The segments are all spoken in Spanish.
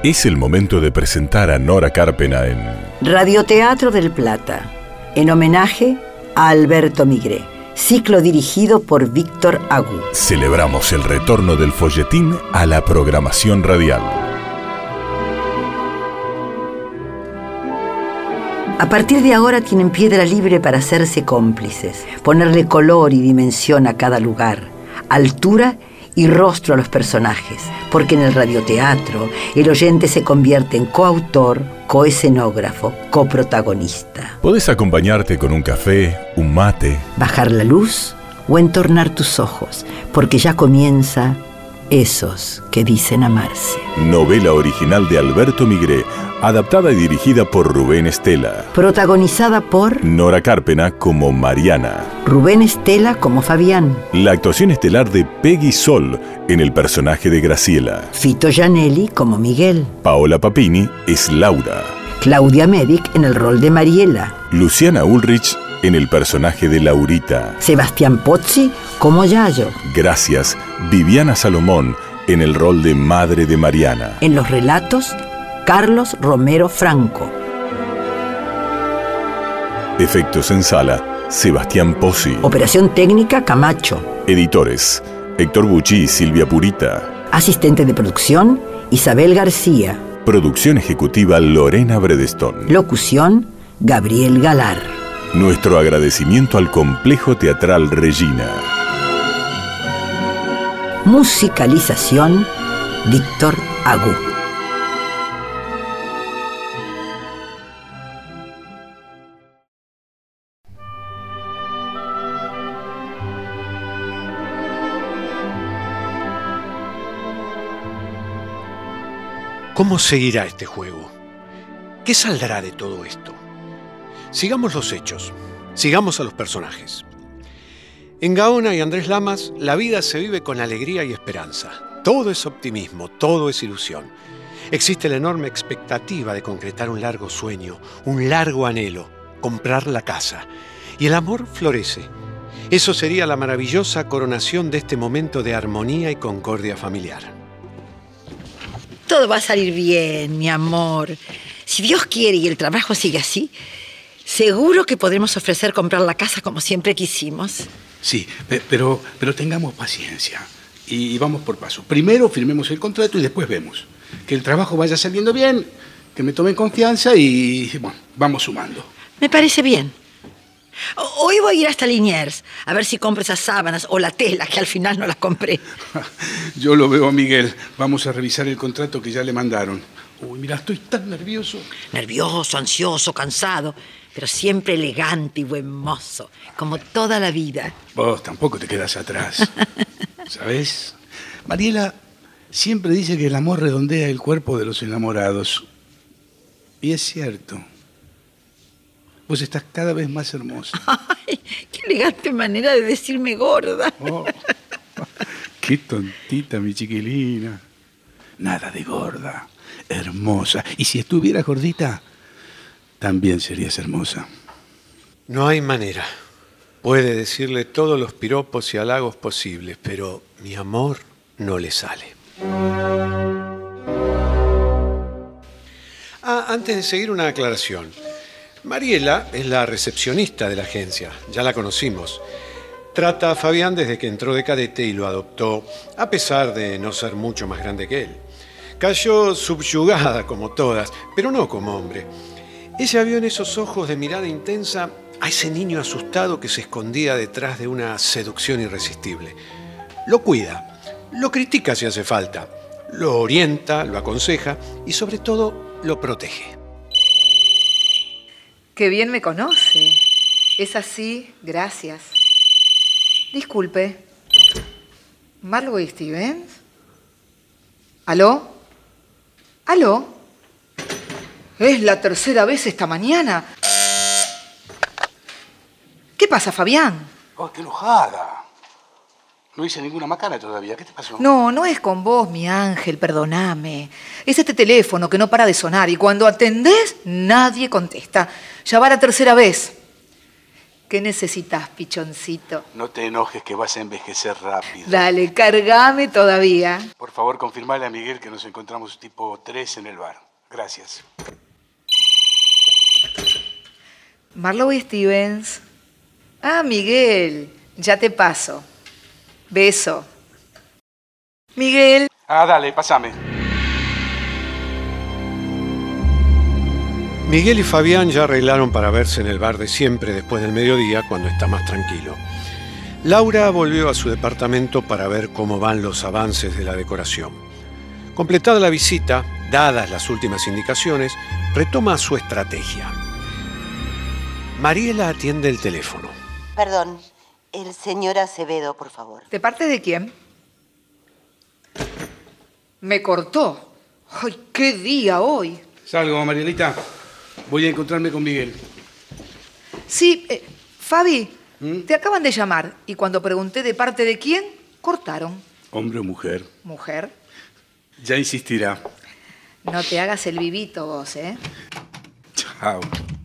Es el momento de presentar a Nora Carpena en Radioteatro del Plata, en homenaje a Alberto Migré, ciclo dirigido por Víctor Agú. Celebramos el retorno del folletín a la programación radial. A partir de ahora tienen piedra libre para hacerse cómplices, ponerle color y dimensión a cada lugar, altura y rostro a los personajes, porque en el radioteatro el oyente se convierte en coautor, coescenógrafo, coprotagonista. Podés acompañarte con un café, un mate, bajar la luz o entornar tus ojos, porque ya comienza Esos que dicen amarse. Novela original de Alberto Migré, adaptada y dirigida por Rubén Estela. Protagonizada por Nora Carpena como Mariana, Rubén Estela como Fabián, la actuación estelar de Peggy Sol en el personaje de Graciela, Fito Gianelli como Miguel, Paola Papini es Laura, Claudia Medic en el rol de Mariela, Luciana Ulrich en el personaje de Laurita, Sebastián Pozzi como Yayo. Gracias, Viviana Salomón en el rol de madre de Mariana. En los relatos, Carlos Romero Franco. Efectos en sala, Sebastián Pozzi. Operación técnica, Camacho. Editores, Héctor Bucci y Silvia Purita. Asistente de producción, Isabel García. Producción ejecutiva, Lorena Bredestón. Locución, Gabriel Galar. Nuestro agradecimiento al Complejo Teatral Regina. Musicalización, Víctor Agú. ¿Cómo seguirá este juego? ¿Qué saldrá de todo esto? Sigamos los hechos, sigamos a los personajes. En Gaona y Andrés Lamas, la vida se vive con alegría y esperanza. Todo es optimismo, todo es ilusión. Existe la enorme expectativa de concretar un largo sueño, un largo anhelo, comprar la casa. Y el amor florece. Eso sería la maravillosa coronación de este momento de armonía y concordia familiar. Todo va a salir bien, mi amor. Si Dios quiere y el trabajo sigue así, seguro que podremos ofrecer comprar la casa como siempre quisimos. Sí, pero tengamos paciencia y vamos por paso. Primero firmemos el contrato y después vemos. Que el trabajo vaya saliendo bien, que me tomen confianza y, bueno, vamos sumando. Me parece bien. Hoy voy a ir hasta Liniers a ver si compro esas sábanas o la tela, que al final no las compré. Yo lo veo a Miguel. Vamos a revisar el contrato que ya le mandaron. Uy, mira, estoy tan nervioso. Nervioso, ansioso, cansado, pero siempre elegante y buen mozo, como toda la vida. Vos tampoco te quedas atrás, ¿sabes? Mariela siempre dice que el amor redondea el cuerpo de los enamorados. Y es cierto. Vos estás cada vez más hermosa. Ay, qué elegante manera de decirme gorda. Oh, qué tontita, mi chiquilina. Nada de gorda, hermosa. Y si estuvieras gordita, también serías hermosa. No hay manera. Puede decirle todos los piropos y halagos posibles, pero mi amor no le sale. Antes de seguir, una aclaración. Mariela es la recepcionista de la agencia, ya la conocimos. Trata a Fabián desde que entró de cadete y lo adoptó, a pesar de no ser mucho más grande que él. Cayó subyugada como todas, pero no como hombre. Ella vio en esos ojos de mirada intensa a ese niño asustado que se escondía detrás de una seducción irresistible. Lo cuida, lo critica si hace falta, lo orienta, lo aconseja y sobre todo lo protege. Qué bien me conoce. Es así, gracias. Disculpe. ¿Marlowe Stevens? ¿Aló? ¿Aló? Es la tercera vez esta mañana. ¿Qué pasa, Fabián? Oh, qué enojada. No hice ninguna macana todavía. ¿Qué te pasó? No, no es con vos, mi ángel, perdóname. Es este teléfono que no para de sonar y cuando atendés, nadie contesta. Ya va la tercera vez. ¿Qué necesitas, pichoncito? No te enojes que vas a envejecer rápido. Dale, cargame todavía. Por favor, confirmale a Miguel que nos encontramos tipo 3 en el bar. Gracias. Marlowe Stevens. Ah, Miguel, ya te paso. Beso. Miguel. Ah, dale, pásame. Miguel y Fabián ya arreglaron para verse en el bar de siempre después del mediodía, cuando está más tranquilo. Laura volvió a su departamento para ver cómo van los avances de la decoración. Completada la visita, dadas las últimas indicaciones, retoma su estrategia. Mariela atiende el teléfono. Perdón, el señor Acevedo, por favor. ¿De parte de quién? Me cortó. ¡Ay, qué día hoy! Salgo, Marielita. Voy a encontrarme con Miguel. Sí, Fabi, te acaban de llamar y cuando pregunté de parte de quién, cortaron. ¿Hombre o mujer? ¿Mujer? Ya insistirá. No te hagas el vivito vos, ¿eh? Chao.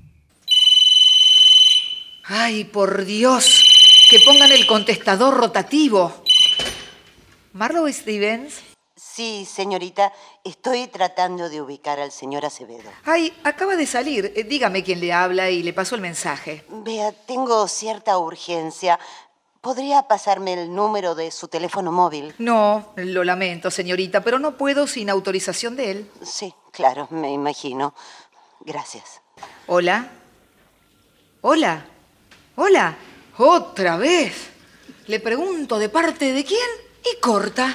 ¡Ay, por Dios! Que pongan el contestador rotativo. ¿Marlowe Stevens? Sí, señorita, estoy tratando de ubicar al señor Acevedo. Ay, acaba de salir. Dígame quién le habla y le paso el mensaje. Vea, tengo cierta urgencia. ¿Podría pasarme el número de su teléfono móvil? No, lo lamento, señorita, pero no puedo sin autorización de él. Sí, claro, me imagino. Gracias. ¿Hola? ¿Hola? ¿Hola? ¿Otra vez? Le pregunto de parte de quién y corta.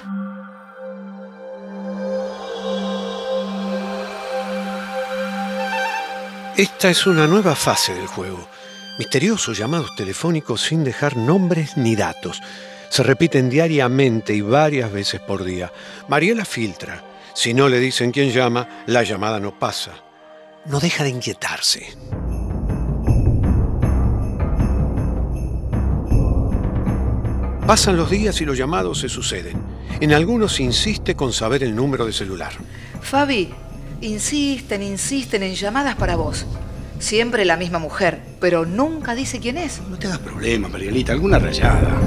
Esta es una nueva fase del juego. Misteriosos llamados telefónicos sin dejar nombres ni datos. Se repiten diariamente y varias veces por día. Mariela filtra. Si no le dicen quién llama, la llamada no pasa. No deja de inquietarse. Pasan los días y los llamados se suceden. En algunos insiste con saber el número de celular. Fabi, insisten en llamadas para vos. Siempre la misma mujer, pero nunca dice quién es. No te hagas problema, Marielita. Alguna rayada.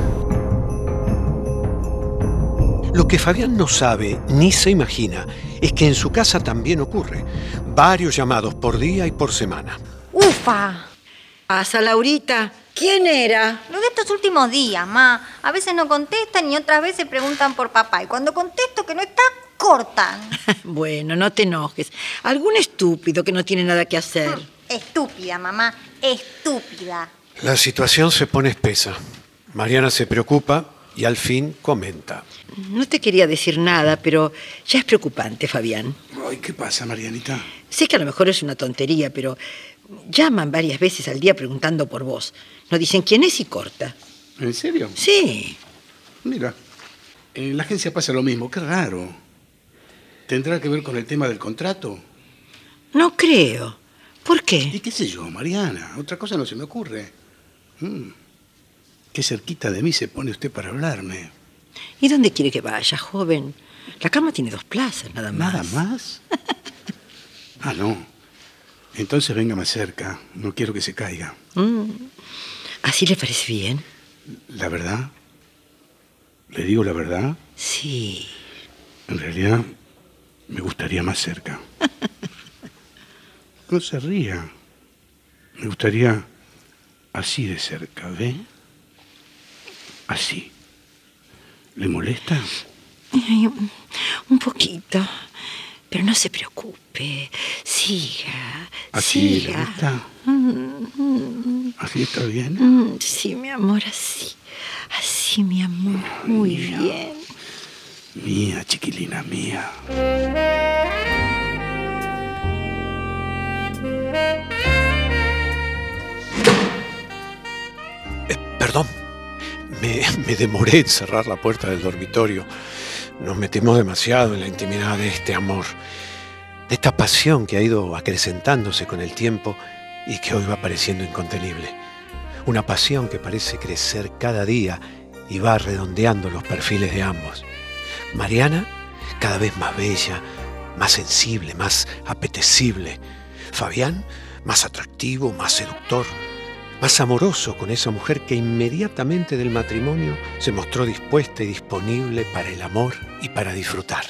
Lo que Fabián no sabe ni se imagina es que en su casa también ocurre. Varios llamados por día y por semana. ¡Ufa! Pasa, Laurita. ¿Quién era? Lo de estos últimos días, ma. A veces no contestan y otras veces preguntan por papá. Y cuando contesto que no está, cortan. Bueno, no te enojes. Algún estúpido que no tiene nada que hacer. Estúpida, mamá. Estúpida. La situación se pone espesa. Mariana se preocupa y al fin comenta. No te quería decir nada, pero ya es preocupante, Fabián. Ay, ¿qué pasa, Marianita? Sé que a lo mejor es una tontería, pero llaman varias veces al día preguntando por vos. No dicen quién es y corta. ¿En serio? Sí. Mira, en la agencia pasa lo mismo. Qué raro. ¿Tendrá que ver con el tema del contrato? No creo. ¿Por ¿Y qué? qué sé yo, Mariana? Otra cosa no se me ocurre. Qué cerquita de mí se pone usted para hablarme. ¿Y dónde quiere que vaya, joven? La cama tiene 2 plazas, nada más. ¿Nada más? Ah, no. Entonces venga más cerca. No quiero que se caiga. ¿Así le parece bien? ¿La verdad? ¿Le digo la verdad? Sí. En realidad, me gustaría más cerca. No se ría. Me gustaría así de cerca, ¿ve? Así. ¿Le molesta? Un poquito. Pero no se preocupe. Siga. ¿Así siga. le gusta? ¿Así está bien? Sí, mi amor, así. Así, mi amor. Muy bien. Mía, chiquilina mía. Perdón, me demoré en cerrar la puerta del dormitorio. Nos metimos demasiado en la intimidad de este amor, de esta pasión que ha ido acrecentándose con el tiempo y que hoy va pareciendo incontenible. Una pasión que parece crecer cada día y va redondeando los perfiles de ambos. Mariana, cada vez más bella, más sensible, más apetecible. Fabián, más atractivo, más seductor. más amoroso con esa mujer que inmediatamente del matrimonio se mostró dispuesta y disponible para el amor y para disfrutar.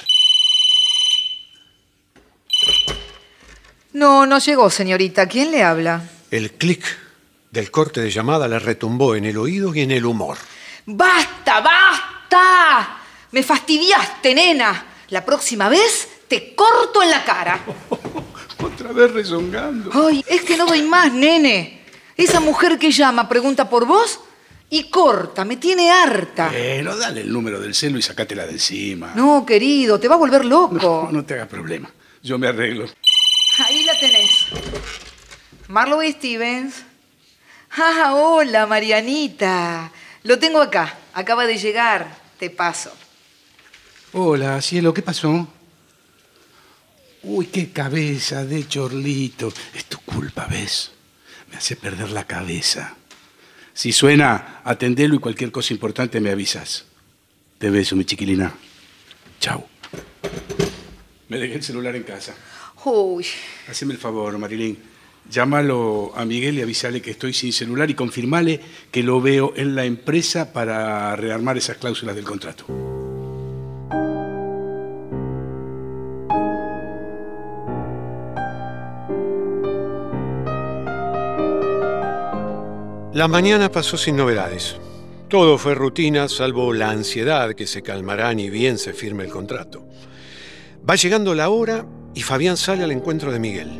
No, no llegó, señorita. ¿Quién le habla? El clic del corte de llamada le retumbó en el oído y en el humor. ¡Basta, basta! Me fastidiaste, nena. La próxima vez te corto en la cara. Otra vez rezongando. Ay, es que no doy más, nene. Esa mujer que llama pregunta por vos y corta, me tiene harta. No, dale el número del celu y sacátela de encima. No, querido, te va a volver loco. No te hagas problema. Yo me arreglo. Ahí la tenés. Marlowe Stevens. Ah, hola, Marianita. Lo tengo acá. Acaba de llegar. Te paso. Hola, cielo, ¿qué pasó? Uy, qué cabeza de chorlito. Es tu culpa, ¿ves? Me hace perder la cabeza. Si suena, atendelo y cualquier cosa importante me avisas. Te beso, mi chiquilina. Chau. Me dejé el celular en casa. Uy. Haceme el favor, Marilyn. Llámalo a Miguel y avísale que estoy sin celular y confirmale que lo veo en la empresa para rearmar esas cláusulas del contrato. La mañana pasó sin novedades. Todo fue rutina, salvo la ansiedad que se calmará ni bien se firme el contrato. Va llegando la hora y Fabián sale al encuentro de Miguel.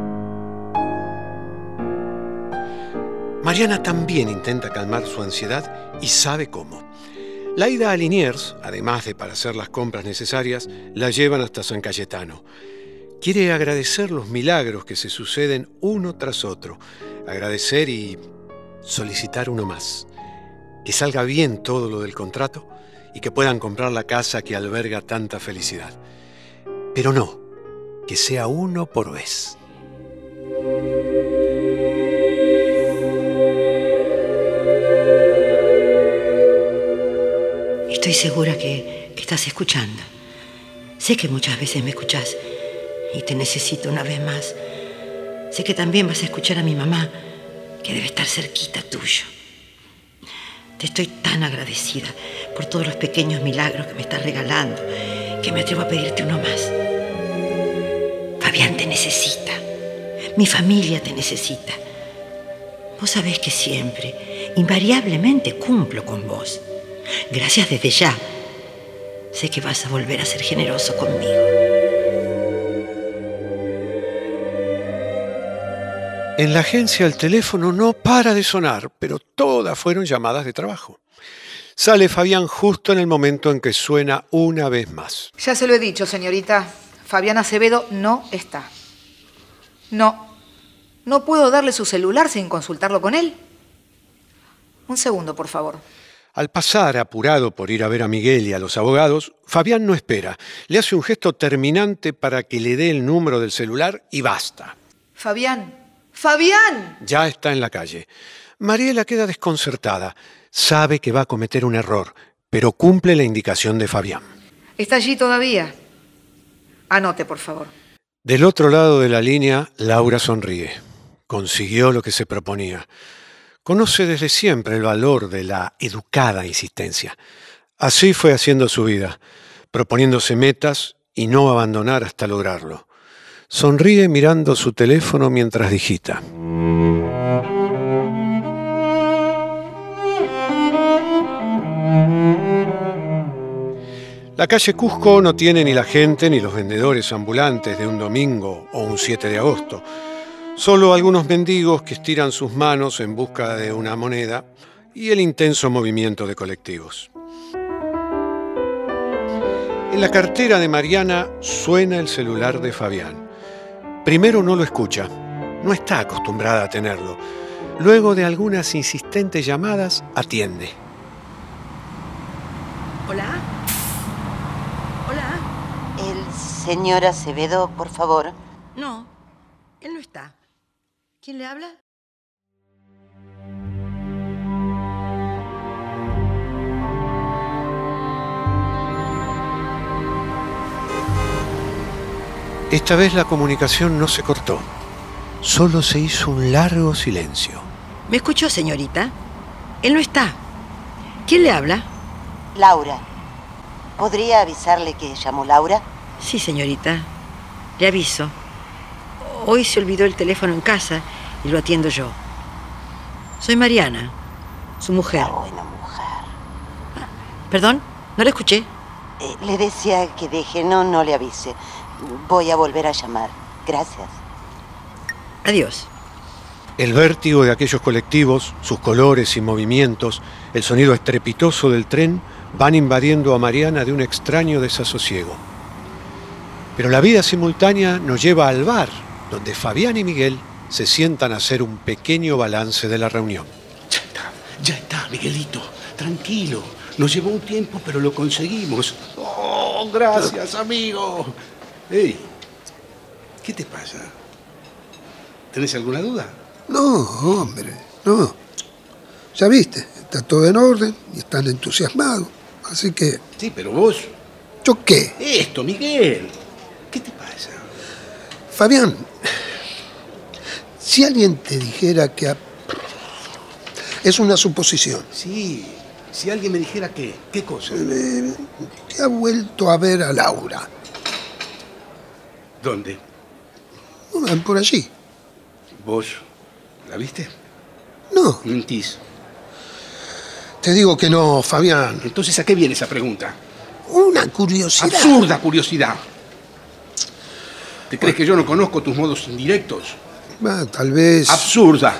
Mariana también intenta calmar su ansiedad y sabe cómo. La ida a Liniers, además de para hacer las compras necesarias, la llevan hasta San Cayetano. Quiere agradecer los milagros que se suceden uno tras otro. Agradecer y solicitar uno más. Que salga bien todo lo del contrato y que puedan comprar la casa que alberga tanta felicidad. Pero no, que sea uno por vez. Estoy segura que estás escuchando. Sé que muchas veces me escuchás y te necesito una vez más. Sé que también vas a escuchar a mi mamá, que debe estar cerquita tuyo. Te estoy tan agradecida por todos los pequeños milagros que me estás regalando, que me atrevo a pedirte uno más. Fabián te necesita. Mi familia te necesita. Vos sabés que siempre, invariablemente, cumplo con vos. Gracias desde ya. Sé que vas a volver a ser generoso conmigo. En la agencia el teléfono no para de sonar, pero todas fueron llamadas de trabajo. Sale Fabián justo en el momento en que suena una vez más. Ya se lo he dicho, señorita. Fabián Acevedo no está. No puedo darle su celular sin consultarlo con él. Un segundo, por favor. Al pasar, apurado por ir a ver a Miguel y a los abogados, Fabián no espera. Le hace un gesto terminante para que le dé el número del celular y basta. ¡Fabián! ¡Fabián! Ya está en la calle. Mariela queda desconcertada. Sabe que va a cometer un error, pero cumple la indicación de Fabián. ¿Está allí todavía? Anote, por favor. Del otro lado de la línea, Laura sonríe. Consiguió lo que se proponía. Conoce desde siempre el valor de la educada insistencia. Así fue haciendo su vida, proponiéndose metas y no abandonar hasta lograrlo. Sonríe mirando su teléfono mientras digita. La calle Cusco no tiene ni la gente ni los vendedores ambulantes de un domingo o un 7 de agosto. Solo algunos mendigos que estiran sus manos en busca de una moneda y el intenso movimiento de colectivos. En la cartera de Mariana suena el celular de Fabián. Primero no lo escucha, no está acostumbrada a tenerlo. Luego de algunas insistentes llamadas, atiende. ¿Hola? ¿Hola? ¿El señor Acevedo, por favor? No, él no está. ¿Quién le habla? Esta vez la comunicación no se cortó. Solo se hizo un largo silencio. ¿Me escuchó, señorita? Él no está. ¿Quién le habla? Laura. ¿Podría avisarle que llamó Laura? Sí, señorita. Le aviso. Hoy se olvidó el teléfono en casa y lo atiendo yo. Soy Mariana, su mujer. La buena mujer. ¿Perdón? ¿No la escuché? Le decía que deje, no le avise. Voy a volver a llamar. Gracias. Adiós. El vértigo de aquellos colectivos, sus colores y movimientos, el sonido estrepitoso del tren van invadiendo a Mariana de un extraño desasosiego. Pero la vida simultánea nos lleva al bar, donde Fabián y Miguel se sientan a hacer un pequeño balance de la reunión. Ya está, Miguelito. Tranquilo. Nos llevó un tiempo, pero lo conseguimos. ¡Oh, gracias, amigo! Hey, ¿qué te pasa? ¿Tenés alguna duda? No, hombre, no. Ya viste, está todo en orden y están entusiasmados. Así que... Sí, pero vos... ¿Yo qué? Esto, Miguel. ¿Qué te pasa? Fabián, si alguien te dijera que... Es una suposición. Sí, si alguien me dijera que... ¿Qué cosa? Que ha vuelto a ver a Laura. ¿Dónde? Por allí. ¿Vos la viste? No. Mentís. Te digo que no, Fabián. Entonces, ¿a qué viene esa pregunta? Una curiosidad. Absurda curiosidad. ¿Te crees que yo no conozco tus modos indirectos? Tal vez... Absurda.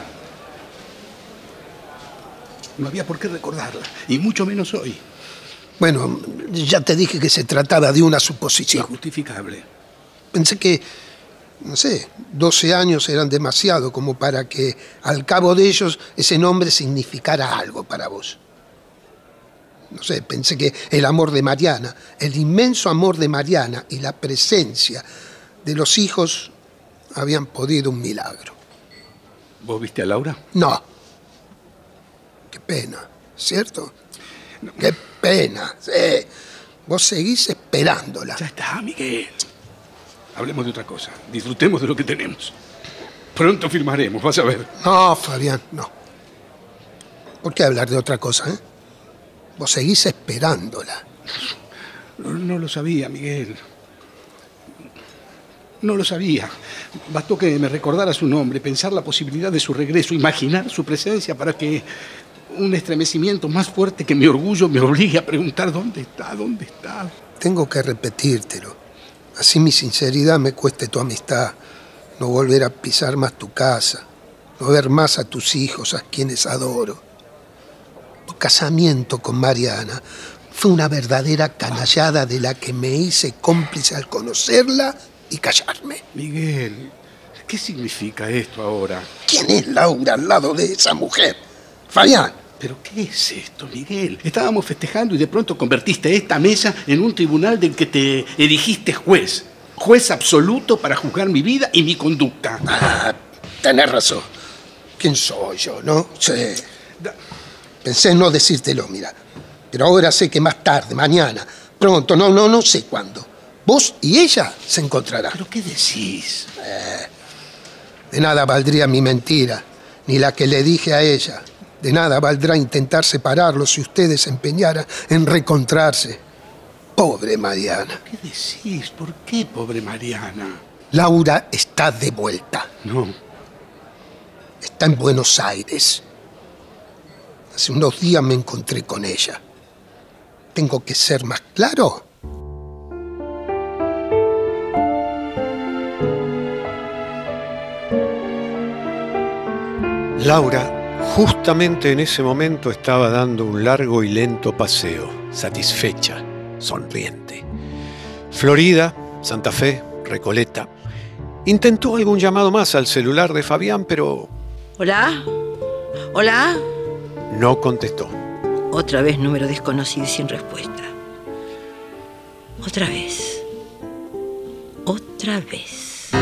No había por qué recordarla, y mucho menos hoy. Bueno, ya te dije que se trataba de una suposición. Injustificable. Pensé que, no sé, 12 años eran demasiado como para que al cabo de ellos ese nombre significara algo para vos. No sé, pensé que el amor de Mariana, el inmenso amor de Mariana y la presencia de los hijos habían podido un milagro. ¿Vos viste a Laura? No. Qué pena, ¿cierto? No. Qué pena, sí. Vos seguís esperándola. Ya está, Miguel. Hablemos de otra cosa. Disfrutemos de lo que tenemos. Pronto firmaremos, vas a ver. No, Fabián, no. ¿Por qué hablar de otra cosa, eh? Vos seguís esperándola. No lo sabía, Miguel. No lo sabía. Bastó que me recordara su nombre, pensar la posibilidad de su regreso, imaginar su presencia para que un estremecimiento más fuerte que mi orgullo me obligue a preguntar ¿dónde está? ¿Dónde está? Tengo que repetírtelo. Así mi sinceridad me cueste tu amistad. No volver a pisar más tu casa. No ver más a tus hijos, a quienes adoro. Tu casamiento con Mariana fue una verdadera canallada de la que me hice cómplice al conocerla y callarme. Miguel, ¿qué significa esto ahora? ¿Quién es Laura al lado de esa mujer? Fabián. ¿Pero qué es esto, Miguel? Estábamos festejando y de pronto convertiste esta mesa en un tribunal del que te erigiste juez. Juez absoluto para juzgar mi vida y mi conducta. Tenés razón. ¿Quién soy yo, no? Sí. Pensé en no decírtelo, mira. Pero ahora sé que más tarde, mañana, pronto, no sé cuándo, vos y ella se encontrarán. ¿Pero qué decís? De nada valdría mi mentira, ni la que le dije a ella. De nada valdrá intentar separarlos si ustedes se empeñaran en reencontrarse. Pobre Mariana. ¿Qué decís? ¿Por qué, pobre Mariana? Laura está de vuelta. No. Está en Buenos Aires. Hace unos días me encontré con ella. ¿Tengo que ser más claro? Laura, justamente en ese momento, estaba dando un largo y lento paseo, satisfecha, sonriente. Florida, Santa Fe, Recoleta. Intentó algún llamado más al celular de Fabián, pero... ¿Hola? ¿Hola? No contestó. Otra vez número desconocido y sin respuesta. Otra vez. Otra vez.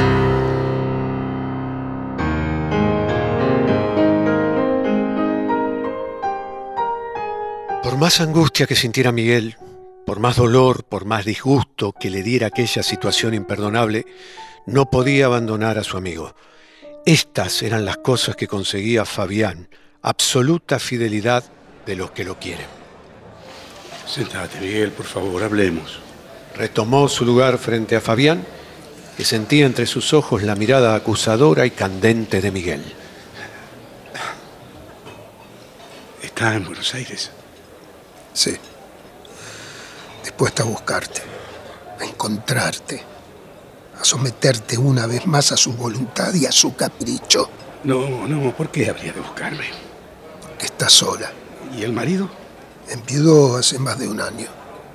Por más angustia que sintiera Miguel, por más dolor, por más disgusto que le diera aquella situación imperdonable, no podía abandonar a su amigo. Estas eran las cosas que conseguía Fabián absoluta fidelidad de los que lo quieren. Sentate, Miguel, por favor, hablemos. Retomó su lugar frente a Fabián, que sentía entre sus ojos la mirada acusadora y candente de Miguel. ¿Está en Buenos Aires? Sí. Dispuesta a buscarte, a encontrarte, a someterte una vez más a su voluntad y a su capricho. No, ¿por qué habría de buscarme? Porque está sola. ¿Y el marido? Enviudó hace más de un año.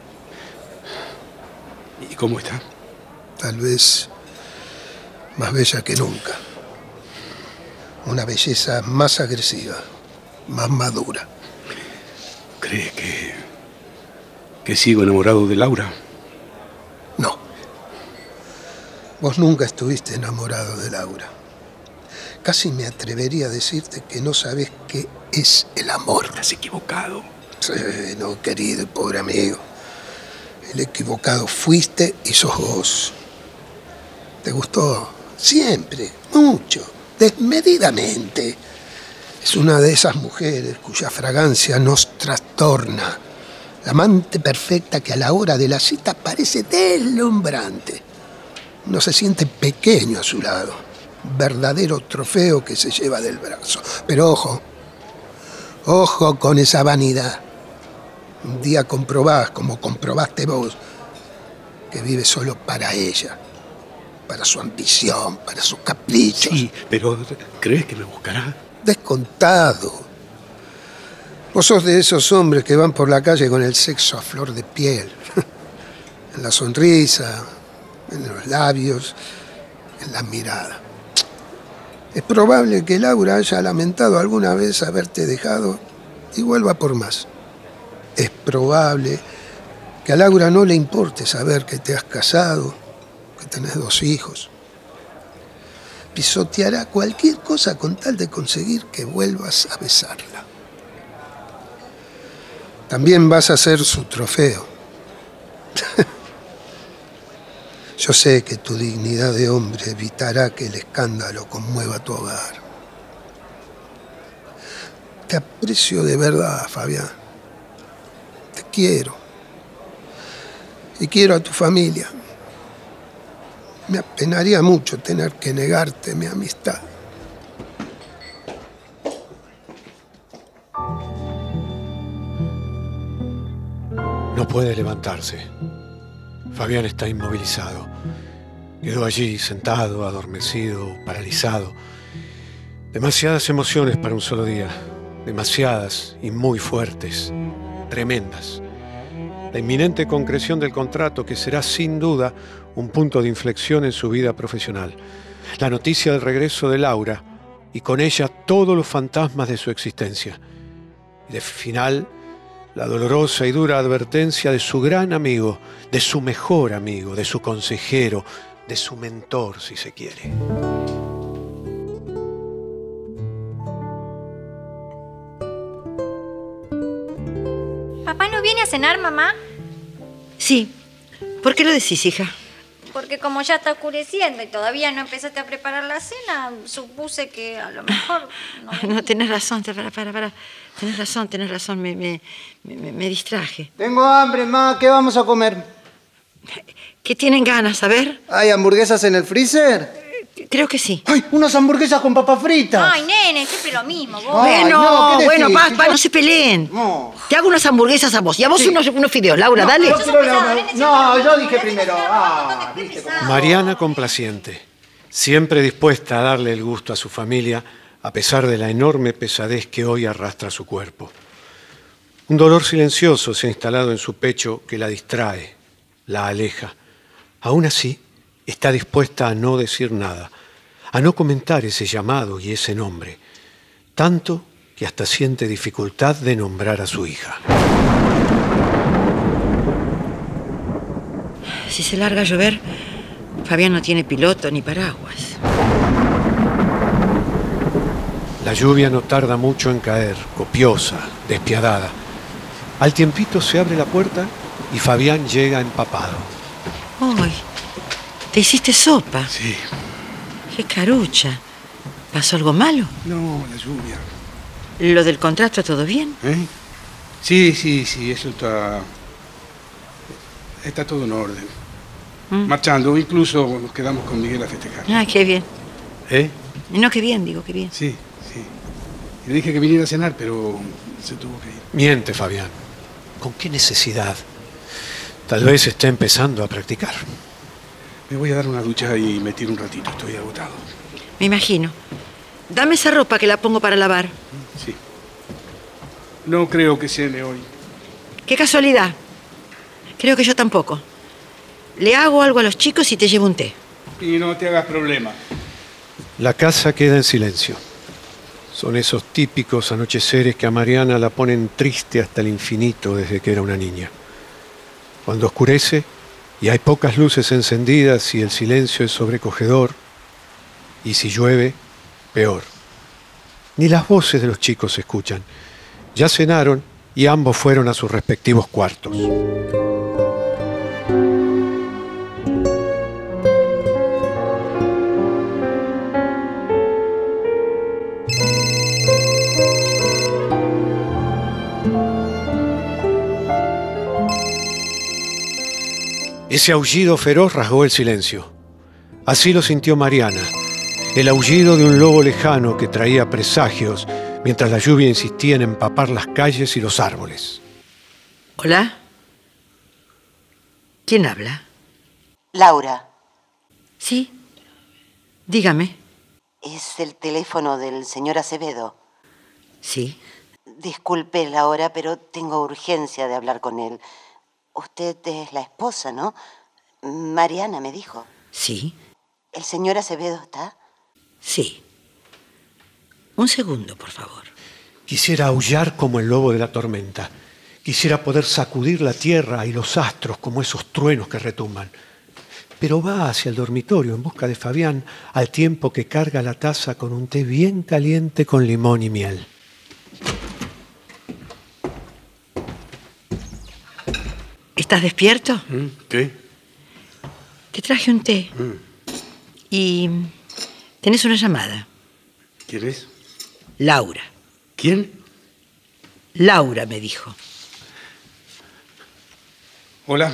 ¿Y cómo está? Tal vez más bella que nunca. Una belleza más agresiva, más madura. ¿Cree que sigo enamorado de Laura? No. Vos nunca estuviste enamorado de Laura. Casi me atrevería a decirte que no sabes qué es el amor. Estás equivocado. Sí, no, querido y pobre amigo. El equivocado fuiste y sos vos. Te gustó siempre, mucho, desmedidamente. Es una de esas mujeres cuya fragancia nos trastorna. La amante perfecta que a la hora de la cita parece deslumbrante. Uno se siente pequeño a su lado. Verdadero trofeo que se lleva del brazo. Pero ojo con esa vanidad. Un día comprobás, como comprobaste vos, que vive solo para ella, para su ambición, para sus caprichos. Sí, pero ¿crees que me buscará? Descontado. Vos sos de esos hombres que van por la calle con el sexo a flor de piel. En la sonrisa, en los labios, en la mirada. Es probable que Laura haya lamentado alguna vez haberte dejado y vuelva por más. Es probable que a Laura no le importe saber que te has casado, que tenés 2 hijos. Pisoteará cualquier cosa con tal de conseguir que vuelvas a besarla. También vas a ser su trofeo. Yo sé que tu dignidad de hombre evitará que el escándalo conmueva tu hogar. Te aprecio de verdad, Fabián. Te quiero. Y quiero a tu familia. Me apenaría mucho tener que negarte mi amistad. No puede levantarse. Fabián está inmovilizado. Quedó allí, sentado, adormecido, paralizado. Demasiadas emociones para un solo día. Demasiadas y muy fuertes. Tremendas. La inminente concreción del contrato que será sin duda un punto de inflexión en su vida profesional. La noticia del regreso de Laura y con ella todos los fantasmas de su existencia. Y de final, la dolorosa y dura advertencia de su gran amigo, de su mejor amigo, de su consejero, de su mentor, si se quiere. ¿Papá no viene a cenar, mamá? Sí. ¿Por qué lo decís, hija? Porque como ya está oscureciendo y todavía no empezaste a preparar la cena, supuse que a lo mejor no... No, tenés razón, para. Tenés razón, me distraje. Tengo hambre, ma, ¿qué vamos a comer? ¿Qué tienen ganas? A ver. ¿Hay hamburguesas en el freezer? Creo que sí. ¡Ay, unas hamburguesas con papas fritas! Ay, nene, siempre lo mismo, vos. Ay, no, ¿qué decís? Pa, no se peleen. No. Te hago unas hamburguesas a vos y a vos Sí. unos fideos, Laura, dale. Yo dije primero. ¿Viste cómo? Mariana complaciente, siempre dispuesta a darle el gusto a su familia, a pesar de la enorme pesadez que hoy arrastra su cuerpo. Un dolor silencioso se ha instalado en su pecho que la distrae, la aleja. Aún así, está dispuesta a no decir nada, a no comentar ese llamado y ese nombre, tanto que hasta siente dificultad de nombrar a su hija. Si se larga a llover, Fabián no tiene piloto ni paraguas. La lluvia no tarda mucho en caer, copiosa, despiadada. Al tiempito se abre la puerta y Fabián llega empapado. ¡Ay! ¿Te hiciste sopa? Sí. ¡Qué carucha! ¿Pasó algo malo? No, la lluvia. ¿Lo del contrato todo bien? Sí, eso está todo en orden. Marchando, incluso nos quedamos con Miguel a festejar. Ah, qué bien. No, qué bien, digo, qué bien. Sí. Le dije que viniera a cenar, pero se tuvo que ir. Miente, Fabián. ¿Con qué necesidad? Tal vez esté empezando a practicar. Me voy a dar una ducha y me tiro un ratito, estoy agotado. Me imagino. Dame esa ropa que la pongo para lavar. Sí. No creo que cene hoy. Qué casualidad. Creo que yo tampoco. Le hago algo a los chicos y te llevo un té. Y no te hagas problema. La casa queda en silencio. Son esos típicos anocheceres que a Mariana la ponen triste hasta el infinito desde que era una niña. Cuando oscurece y hay pocas luces encendidas y el silencio es sobrecogedor, y si llueve, peor. Ni las voces de los chicos se escuchan. Ya cenaron y ambos fueron a sus respectivos cuartos. Ese aullido feroz rasgó el silencio. Así lo sintió Mariana, el aullido de un lobo lejano que traía presagios mientras la lluvia insistía en empapar las calles y los árboles. ¿Hola? ¿Quién habla? Laura. Sí. Dígame. Es el teléfono del señor Acevedo. Sí. Disculpe la hora, pero tengo urgencia de hablar con él. Usted es la esposa, ¿no? Mariana me dijo. Sí. ¿El señor Acevedo está? Sí. Un segundo, por favor. Quisiera aullar como el lobo de la tormenta. Quisiera poder sacudir la tierra y los astros como esos truenos que retumban. Pero va hacia el dormitorio en busca de Fabián al tiempo que carga la taza con un té bien caliente con limón y miel. ¿Estás despierto? ¿Qué? Te traje un té. Y tenés una llamada. ¿Quién es? Laura. ¿Quién? Laura me dijo. Hola.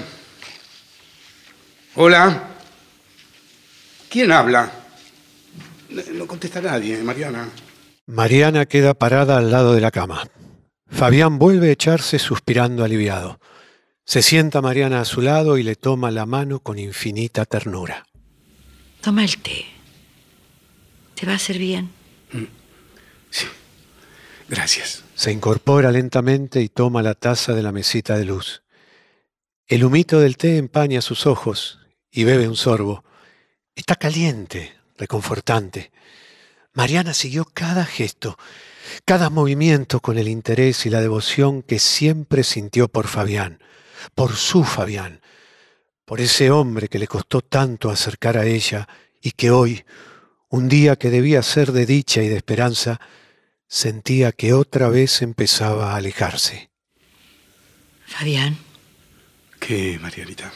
Hola. ¿Quién habla? No contesta nadie, Mariana. Mariana queda parada al lado de la cama. Fabián vuelve a echarse suspirando aliviado. Se sienta Mariana a su lado y le toma la mano con infinita ternura. Toma el té. ¿Te va a hacer bien? Sí. Gracias. Se incorpora lentamente y toma la taza de la mesita de luz. El humito del té empaña sus ojos y bebe un sorbo. Está caliente, reconfortante. Mariana siguió cada gesto, cada movimiento con el interés y la devoción que siempre sintió por Fabián, por su Fabián, por ese hombre que le costó tanto acercar a ella y que hoy, un día que debía ser de dicha y de esperanza, sentía que otra vez empezaba a alejarse. Fabián. ¿Qué, Marianita?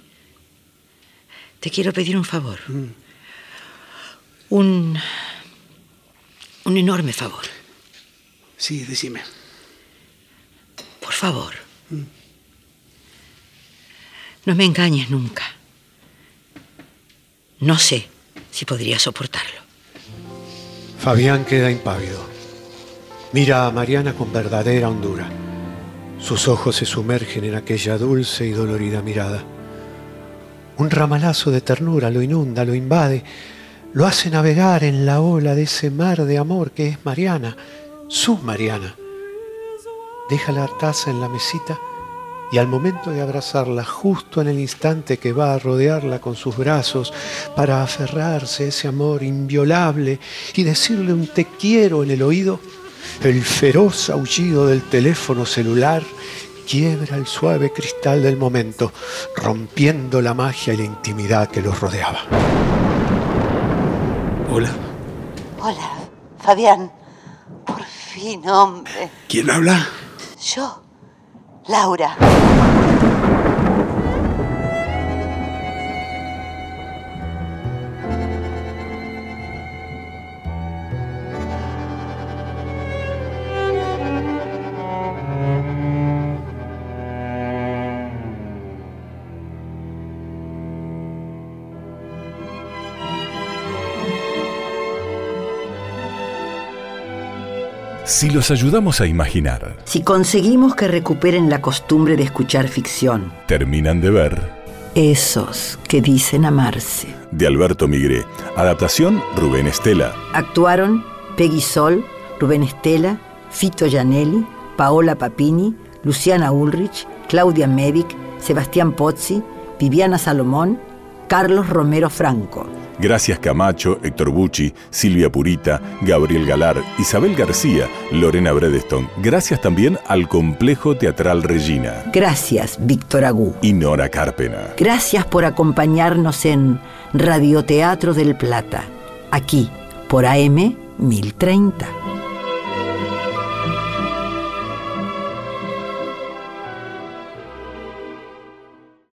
Te quiero pedir un favor. Un enorme favor. Sí, decime. Por favor. No me engañes nunca. No sé si podría soportarlo. Fabián queda impávido. Mira a Mariana con verdadera hondura. Sus ojos se sumergen en aquella dulce y dolorida mirada. Un ramalazo de ternura lo inunda, lo invade, lo hace navegar en la ola de ese mar de amor que es Mariana, su Mariana. Deja la taza en la mesita y al momento de abrazarla, justo en el instante que va a rodearla con sus brazos para aferrarse a ese amor inviolable y decirle un te quiero en el oído, el feroz aullido del teléfono celular quiebra el suave cristal del momento, rompiendo la magia y la intimidad que los rodeaba. Hola. Hola, Fabián. Por fin, hombre. ¿Quién habla? Yo, Laura. Si los ayudamos a imaginar, Si conseguimos que recuperen la costumbre de escuchar ficción, terminan de ver. esos que dicen amarse. De Alberto Migré. Adaptación Rubén Estela. Actuaron Peggy Sol, Rubén Estela, Fito Gianelli, Paola Papini, Luciana Ulrich, Claudia Medic, Sebastián Pozzi, Viviana Salomón, Carlos Romero Franco. Gracias Camacho, Héctor Bucci, Silvia Purita, Gabriel Galar, Isabel García, Lorena Bredeston. Gracias también al Complejo Teatral Regina. Gracias, Víctor Agú. Y Nora Cárpena. Gracias por acompañarnos en Radioteatro del Plata, aquí por AM 1030.